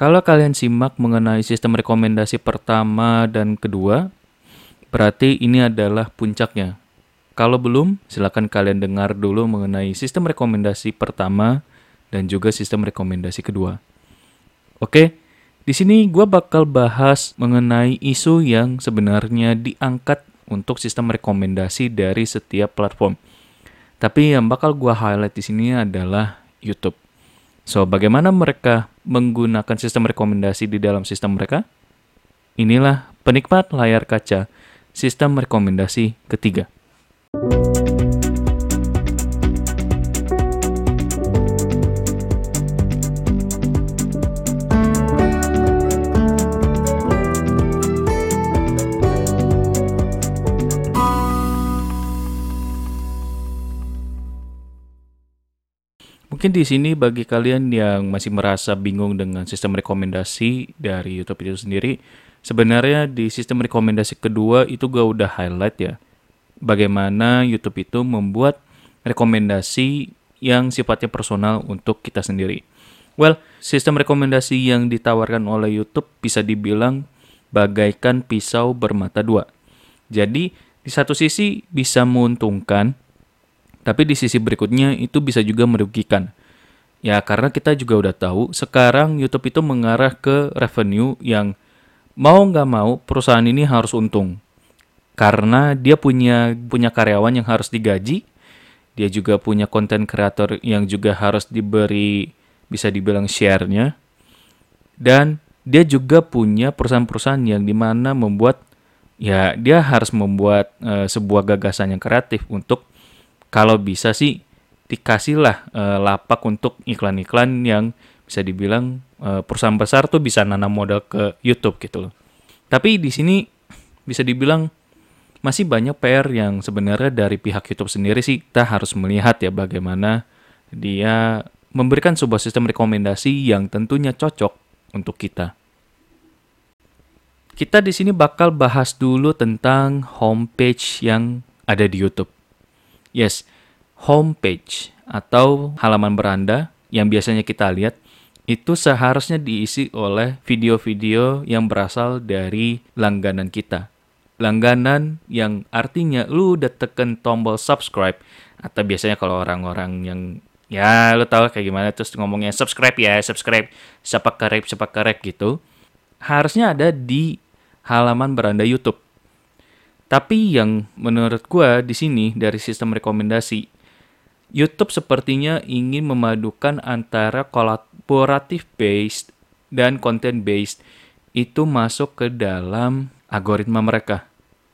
Kalau kalian simak mengenai sistem rekomendasi pertama dan kedua, berarti ini adalah puncaknya. Kalau belum, silakan kalian dengar dulu mengenai sistem rekomendasi pertama dan juga sistem rekomendasi kedua. Oke, di sini gue bakal bahas mengenai isu yang sebenarnya diangkat untuk sistem rekomendasi dari setiap platform. Tapi yang bakal gue highlight di sini adalah YouTube. So, bagaimana mereka menggunakan sistem rekomendasi di dalam sistem mereka? Inilah penikmat layar kaca, sistem rekomendasi ketiga. Mungkin di sini bagi kalian yang masih merasa bingung dengan sistem rekomendasi dari YouTube itu sendiri, sebenarnya di sistem rekomendasi kedua itu gue udah highlight ya. Bagaimana YouTube itu membuat rekomendasi yang sifatnya personal untuk kita sendiri. Well, sistem rekomendasi yang ditawarkan oleh YouTube bisa dibilang bagaikan pisau bermata dua. Jadi, di satu sisi bisa menguntungkan, tapi di sisi berikutnya itu bisa juga merugikan. Ya karena kita juga udah tahu sekarang YouTube itu mengarah ke revenue yang mau nggak mau perusahaan ini harus untung. Karena dia punya karyawan yang harus digaji, dia juga punya konten kreator yang juga harus diberi bisa dibilang share-nya. Dan dia juga punya perusahaan-perusahaan yang dimana membuat, ya dia harus membuat sebuah gagasan yang kreatif untuk kalau bisa sih dikasihlah lapak untuk iklan-iklan yang bisa dibilang perusahaan besar tuh bisa nanam modal ke YouTube gitu loh. Tapi di sini bisa dibilang masih banyak PR yang sebenarnya dari pihak YouTube sendiri sih kita harus melihat ya bagaimana dia memberikan sebuah sistem rekomendasi yang tentunya cocok untuk kita. Kita di sini bakal bahas dulu tentang homepage yang ada di YouTube. Yes, homepage atau halaman beranda yang biasanya kita lihat itu seharusnya diisi oleh video-video yang berasal dari langganan kita. Langganan yang artinya lu udah tekan tombol subscribe atau biasanya kalau orang-orang yang ya lu tahu kayak gimana terus ngomongnya subscribe sepak karep gitu. Harusnya ada di halaman beranda YouTube. Tapi yang menurut gue di sini dari sistem rekomendasi, YouTube sepertinya ingin memadukan antara collaborative based dan content based itu masuk ke dalam algoritma mereka.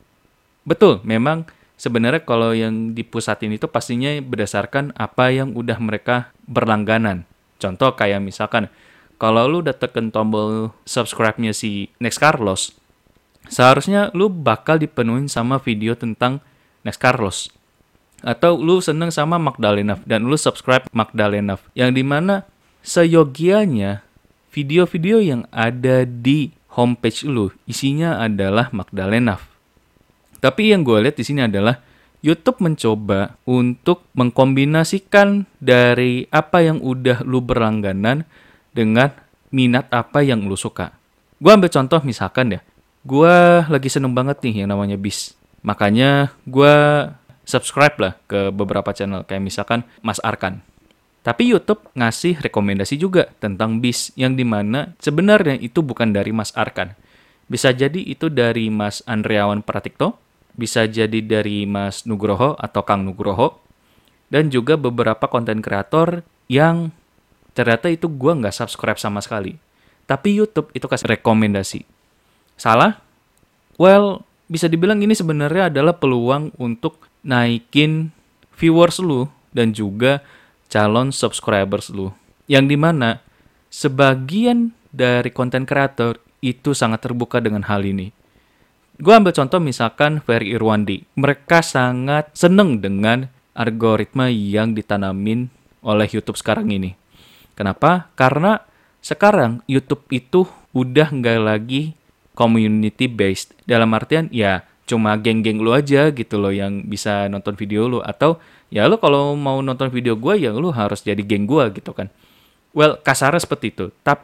Betul, memang sebenarnya kalau yang dipusatin itu pastinya berdasarkan apa yang udah mereka berlangganan. Contoh kayak misalkan, kalau lu udah tekan tombol subscribe-nya si Next Carlos, seharusnya lu bakal dipenuhin sama video tentang Next Carlos. Atau lu seneng sama Magdalena dan lu subscribe Magdalena. Yang dimana seyogianya video-video yang ada di homepage lu isinya adalah Magdalena. Tapi yang gue lihat di sini adalah YouTube mencoba untuk mengkombinasikan dari apa yang udah lu berlangganan dengan minat apa yang lu suka. Gue ambil contoh misalkan ya, gue lagi seneng banget nih yang namanya Bis. Makanya gue subscribe lah ke beberapa channel kayak misalkan Mas Arkan. Tapi YouTube ngasih rekomendasi juga tentang Bis yang dimana sebenarnya itu bukan dari Mas Arkan. Bisa jadi itu dari Mas Andriawan Pratikto, bisa jadi dari Mas Nugroho atau Kang Nugroho, dan juga beberapa konten kreator yang ternyata itu gue nggak subscribe sama sekali. Tapi YouTube itu kasih rekomendasi. Salah? Well, bisa dibilang ini sebenarnya adalah peluang untuk naikin viewers lu dan juga calon subscribers lu. Yang dimana sebagian dari konten kreator itu sangat terbuka dengan hal ini. Gue ambil contoh misalkan Ferry Irwandi. Mereka sangat seneng dengan algoritma yang ditanamin oleh YouTube sekarang ini. Kenapa? Karena sekarang YouTube itu udah nggak lagi community based. Dalam artian ya cuma geng-geng lu aja gitu loh yang bisa nonton video lu. Atau ya lu kalau mau nonton video gue ya lu harus jadi geng gue gitu kan. Well, kasarnya seperti itu. Tapi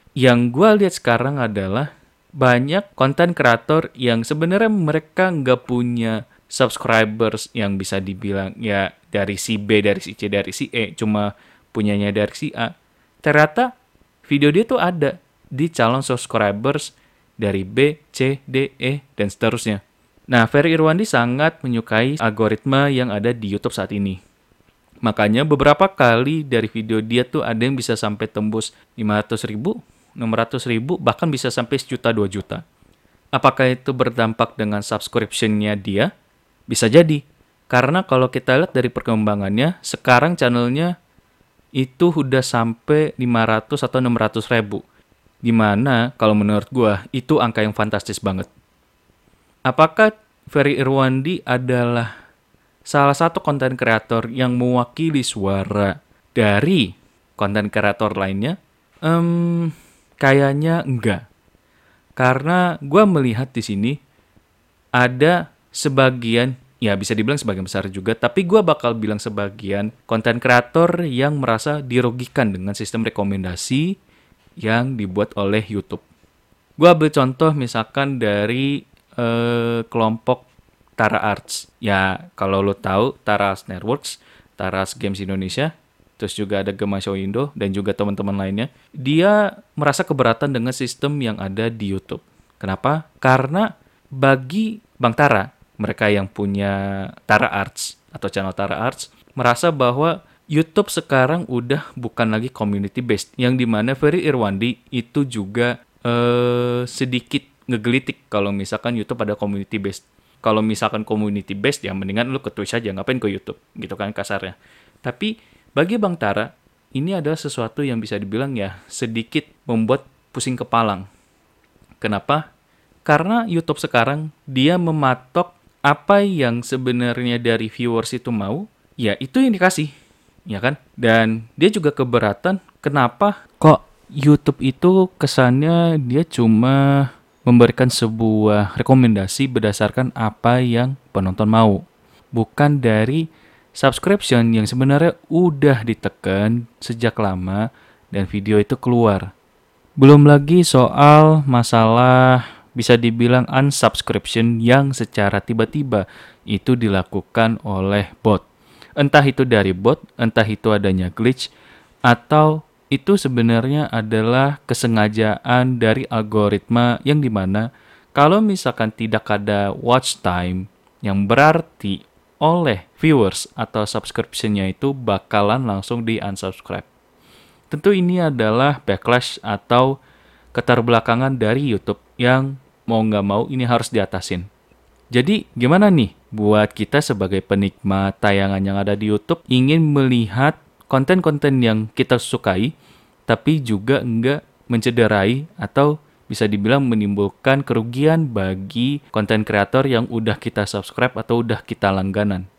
Yang gue lihat sekarang adalah banyak konten kreator yang sebenarnya mereka nggak punya subscribers yang bisa dibilang ya dari si B, dari si C, dari si E, cuma punyanya dari si A. Ternyata video dia tuh ada di calon subscribers dari B, C, D, E, dan seterusnya. Nah, Ferry Irwandi sangat menyukai algoritma yang ada di YouTube saat ini. Makanya beberapa kali dari video dia tuh ada yang bisa sampai tembus 500.000, 600.000, bahkan bisa sampai 1 juta, 2 juta. Apakah itu berdampak dengan subscription-nya dia? Bisa jadi. Karena kalau kita lihat dari perkembangannya, sekarang channelnya itu udah sampai 500 atau 600.000. Dimana kalau menurut gua itu angka yang fantastis banget. Apakah Ferry Irwandi adalah salah satu konten kreator yang mewakili suara dari konten kreator lainnya? Kayaknya enggak. Karena gue melihat di sini ada sebagian, ya bisa dibilang sebagian besar juga, tapi gue bakal bilang sebagian konten kreator yang merasa dirugikan dengan sistem rekomendasi yang dibuat oleh YouTube. Gue ambil contoh misalkan dari kelompok Tara Arts. Ya, kalau lo tahu Tara Arts Networks, Tara Arts Games Indonesia, terus juga ada Gema Show Indo, dan juga teman-teman lainnya. Dia merasa keberatan dengan sistem yang ada di YouTube. Kenapa? Karena bagi Bang Tara, mereka yang punya Tara Arts atau channel Tara Arts, merasa bahwa YouTube sekarang udah bukan lagi community based, yang dimana Ferry Irwandi itu juga sedikit ngegelitik kalau misalkan YouTube ada community based. Kalau misalkan community based ya mendingan lu ke Twitch aja, ngapain ke YouTube gitu kan kasarnya. Tapi bagi Bang Tara ini adalah sesuatu yang bisa dibilang ya sedikit membuat pusing kepala. Kenapa? Karena YouTube sekarang dia mematok apa yang sebenarnya dari viewers itu mau, ya itu yang dikasih, ya kan? Dan dia juga keberatan kenapa kok YouTube itu kesannya dia cuma memberikan sebuah rekomendasi berdasarkan apa yang penonton mau. Bukan dari subscription yang sebenarnya udah ditekan sejak lama dan video itu keluar. Belum lagi soal masalah bisa dibilang unsubscription yang secara tiba-tiba itu dilakukan oleh bot. Entah itu dari bot, entah itu adanya glitch, atau itu sebenarnya adalah kesengajaan dari algoritma yang dimana kalau misalkan tidak ada watch time yang berarti oleh viewers atau subscription-nya itu bakalan langsung di unsubscribe. Tentu ini adalah backlash atau keterbelakangan dari YouTube yang mau nggak mau ini harus diatasin. Jadi gimana nih buat kita sebagai penikmat tayangan yang ada di YouTube ingin melihat konten-konten yang kita sukai, tapi juga enggak mencederai atau bisa dibilang menimbulkan kerugian bagi konten kreator yang udah kita subscribe atau udah kita langganan.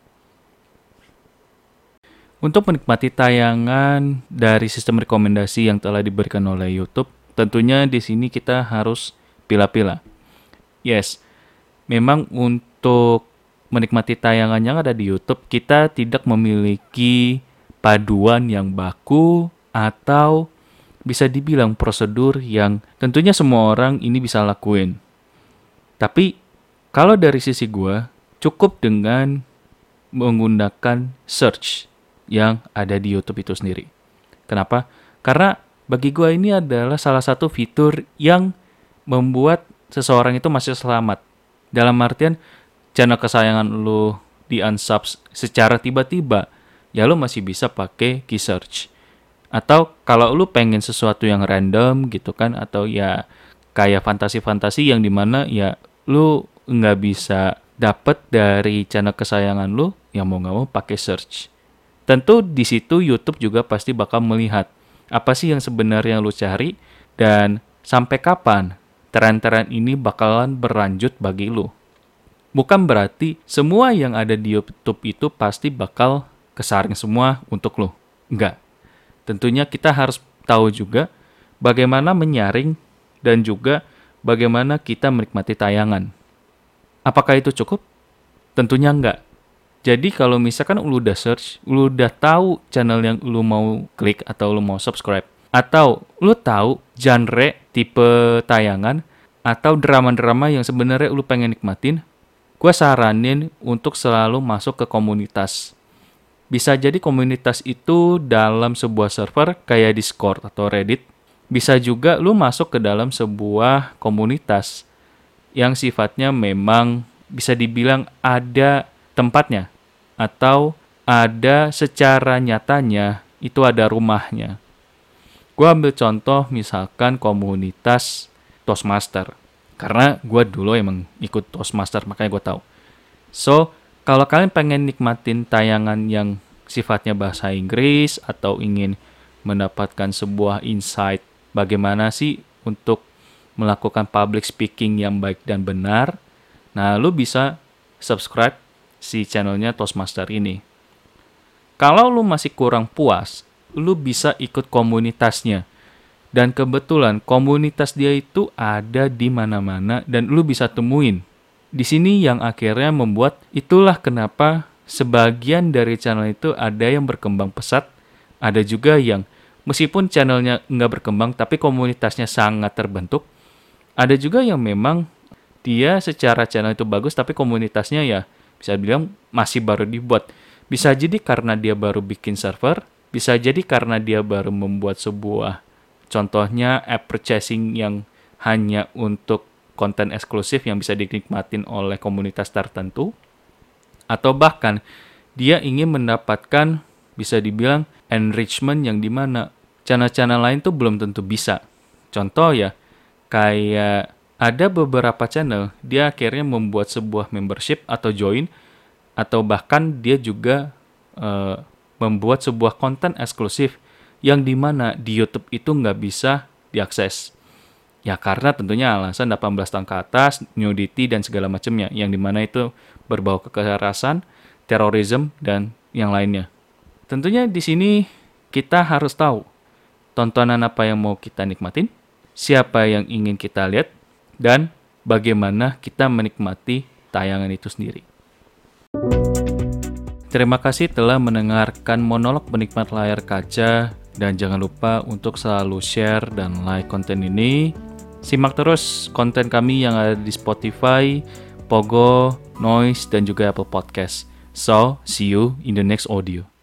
Untuk menikmati tayangan dari sistem rekomendasi yang telah diberikan oleh YouTube, tentunya di sini kita harus pilih-pilih. Yes, memang untuk menikmati tayangan yang ada di YouTube, kita tidak memiliki paduan yang baku atau bisa dibilang prosedur yang tentunya semua orang ini bisa lakuin. Tapi kalau dari sisi gue, cukup dengan menggunakan search yang ada di YouTube itu sendiri. Kenapa? Karena bagi gue ini adalah salah satu fitur yang membuat seseorang itu masih selamat. Dalam artian, channel kesayangan lu di unsubs secara tiba-tiba, ya lu masih bisa pakai key search. Atau kalau lu pengen sesuatu yang random gitu kan, atau ya kayak fantasi-fantasi yang dimana ya lu nggak bisa dapet dari channel kesayangan lu, yang mau nggak mau pakai search. Tentu di situ YouTube juga pasti bakal melihat apa sih yang sebenarnya lu cari dan sampai kapan tren-tren ini bakalan berlanjut bagi lu. Bukan berarti semua yang ada di YouTube itu pasti bakal kesaring semua untuk lu. Enggak. Tentunya kita harus tahu juga bagaimana menyaring dan juga bagaimana kita menikmati tayangan. Apakah itu cukup? Tentunya enggak. Jadi kalau misalkan lu udah search, lu udah tahu channel yang lu mau klik atau lu mau subscribe, Atau lu tahu genre, tipe tayangan, atau drama-drama yang sebenarnya lu pengen nikmatin, gue saranin untuk selalu masuk ke komunitas. Bisa jadi komunitas itu dalam sebuah server kayak Discord atau Reddit. Bisa juga lu masuk ke dalam sebuah komunitas yang sifatnya memang bisa dibilang ada tempatnya atau ada secara nyatanya itu ada rumahnya. Gue ambil contoh misalkan komunitas Toastmaster. Karena gue dulu emang ikut Toastmaster, makanya gue tahu. So, kalau kalian pengen nikmatin tayangan yang sifatnya bahasa Inggris atau ingin mendapatkan sebuah insight bagaimana sih untuk melakukan public speaking yang baik dan benar, nah lu bisa subscribe si channelnya Toastmaster ini. Kalau lu masih kurang puas, lu bisa ikut komunitasnya. Dan kebetulan komunitas dia itu ada di mana-mana dan lu bisa temuin. Di sini yang akhirnya membuat itulah kenapa sebagian dari channel itu ada yang berkembang pesat, ada juga yang meskipun channelnya nggak berkembang tapi komunitasnya sangat terbentuk, ada juga yang memang dia secara channel itu bagus tapi komunitasnya ya bisa bilang masih baru dibuat. Bisa jadi karena dia baru bikin server, bisa jadi karena dia baru membuat sebuah contohnya app purchasing yang hanya untuk konten eksklusif yang bisa dinikmatin oleh komunitas tertentu, atau bahkan dia ingin mendapatkan bisa dibilang enrichment yang dimana channel-channel lain tuh belum tentu bisa. Contoh ya, kayak ada beberapa channel dia akhirnya membuat sebuah membership atau join, atau bahkan dia juga membuat sebuah konten eksklusif yang dimana di YouTube itu nggak bisa diakses. Ya karena tentunya alasan 18 tahun ke atas, nudity dan segala macamnya, yang dimana itu berbau kekerasan, terorisme, dan yang lainnya. Tentunya di sini kita harus tahu tontonan apa yang mau kita nikmatin, siapa yang ingin kita lihat, dan bagaimana kita menikmati tayangan itu sendiri. Terima kasih telah mendengarkan monolog penikmat layar kaca, dan jangan lupa untuk selalu share dan like konten ini. Simak terus konten kami yang ada di Spotify, Pogo, Noise, dan juga Apple Podcast. So, see you in the next audio.